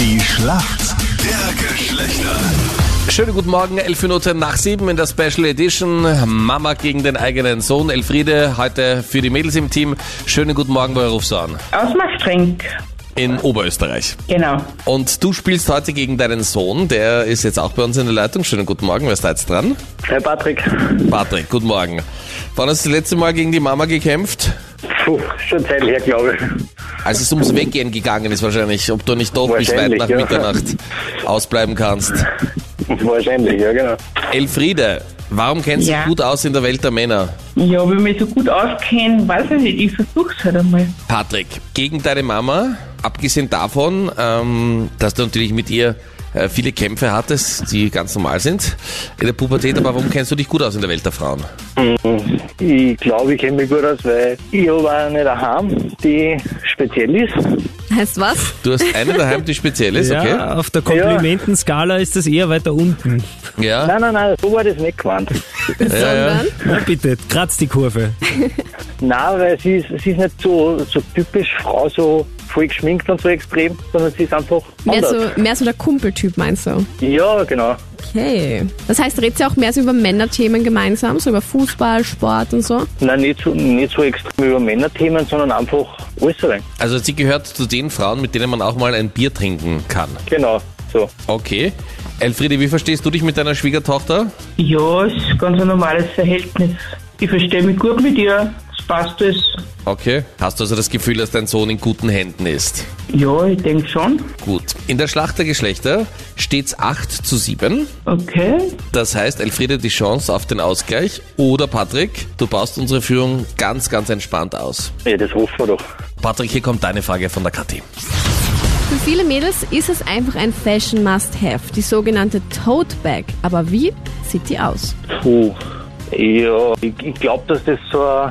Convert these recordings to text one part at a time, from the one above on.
Die Schlacht der Geschlechter. Schönen guten Morgen, 11 Minuten nach 7 in der Special Edition. Mama gegen den eigenen Sohn. Elfriede, heute für die Mädels im Team. Schönen guten Morgen, woher rufst du an? Aus Maastricht. In Oberösterreich. Genau. Und du spielst heute gegen deinen Sohn, der ist jetzt auch bei uns in der Leitung. Schönen guten Morgen, wer ist da jetzt dran? Hi Patrick. Patrick, guten Morgen. Wann hast du das letzte Mal gegen die Mama gekämpft? Puh, schon Zeit her, glaube ich. Als es ums Weggehen gegangen ist wahrscheinlich, ob du nicht doch bis weit nach Ja. Mitternacht ausbleiben kannst. Wahrscheinlich, ja genau. Elfriede, warum kennst du Ja. dich gut aus in der Welt der Männer? Ja, wenn ich mich so gut auskenne, weiß ich nicht, ich versuch's halt einmal. Patrick, gegen deine Mama, abgesehen davon, dass du natürlich mit ihr viele Kämpfe hattest, die ganz normal sind in der Pubertät, aber warum kennst du dich gut aus in der Welt der Frauen? Ich glaube, ich kenne mich gut aus, weil ich habe eine daheim, die speziell ist. Heißt was? Du hast eine daheim, die speziell ist, okay? Ja, auf der Komplimentenskala ist das eher weiter unten. Ja. Nein, so war das nicht gemeint. Sondern? Na bitte, kratz die Kurve. Nein, weil sie ist nicht so typisch Frau, so voll geschminkt und so extrem, sondern sie ist einfach anders. Mehr so der Kumpeltyp, meinst du? Ja, genau. Okay. Das heißt, redet ihr auch mehr so über Männerthemen gemeinsam, so über Fußball, Sport und so? Nein, nicht so extrem über Männerthemen, sondern einfach alles rein. Also sie gehört zu den Frauen, mit denen man auch mal ein Bier trinken kann. Genau, so. Okay. Elfriede, wie verstehst du dich mit deiner Schwiegertochter? Ja, es ist ganz ein normales Verhältnis. Ich verstehe mich gut mit ihr, es passt alles. Okay. Hast du also das Gefühl, dass dein Sohn in guten Händen ist? Ja, ich denke schon. Gut. In der Schlacht der Geschlechter steht's 8:7. Okay. Das heißt, Elfriede, die Chance auf den Ausgleich. Oder Patrick, du baust unsere Führung ganz, ganz entspannt aus. Ja, das hoffen wir doch. Patrick, hier kommt deine Frage von der Kathi. Für viele Mädels ist es einfach ein Fashion Must-Have, die sogenannte Tote Bag. Aber wie sieht die aus? Puh. Ja, ich glaube, dass das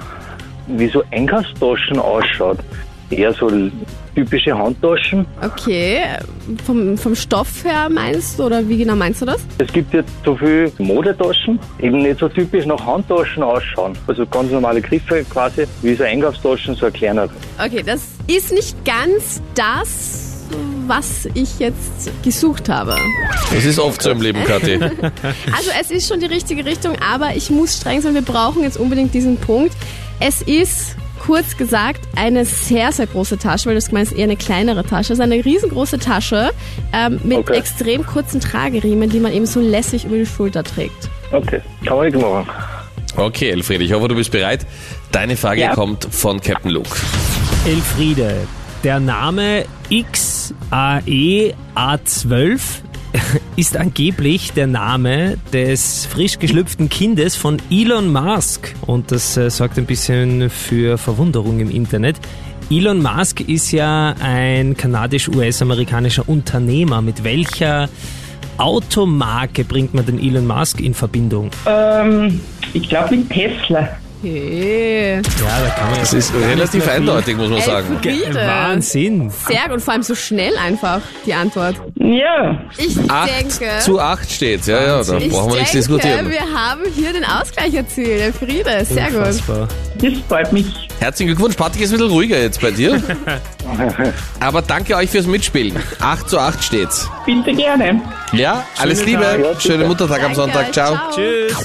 wie so Einkaufstaschen ausschaut. Eher so typische Handtaschen. Okay, vom Stoff her meinst du, oder wie genau meinst du das? Es gibt jetzt so viele Modetaschen, eben nicht so typisch nach Handtaschen ausschauen. Also ganz normale Griffe quasi, wie so Einkaufstaschen, so ein kleiner. Okay, das ist nicht ganz das, was ich jetzt gesucht habe. Das ist oft so im Leben, Kathi. Also es ist schon die richtige Richtung, aber ich muss streng sein, wir brauchen jetzt unbedingt diesen Punkt. Es ist, kurz gesagt, eine sehr, sehr große Tasche, weil das meinst eher eine kleinere Tasche. Es ist eine riesengroße Tasche mit extrem kurzen Trageriemen, die man eben so lässig über die Schulter trägt. Okay, kann man nichts machen. Okay, Elfriede, ich hoffe, du bist bereit. Deine Frage Ja. kommt von Captain Luke. Elfriede, der Name XAEA12 ist angeblich der Name des frisch geschlüpften Kindes von Elon Musk. Und das sorgt ein bisschen für Verwunderung im Internet. Elon Musk ist ja ein kanadisch-US-amerikanischer Unternehmer. Mit welcher Automarke bringt man den Elon Musk in Verbindung? Ich glaube mit Tesla. Okay. Ja, da kann man Das ist relativ eindeutig, muss man sagen. Elfriede. Wahnsinn. Sehr gut, und vor allem so schnell einfach die Antwort. Ja, Ich 8:8 steht's, ja, da ich brauchen wir nichts denke, diskutieren. wir haben hier den Ausgleich erzielt. Elfriede, sehr gut. Unfassbar. das freut mich. Herzlichen Glückwunsch, Patrick ist ein bisschen ruhiger jetzt bei dir. Aber danke euch fürs Mitspielen. 8:8 steht's. Bitte gerne. Ja, alles Schönen Liebe, Tag. Ja, schönen bitte. Muttertag am Danke, Sonntag, ciao. ciao. Tschüss.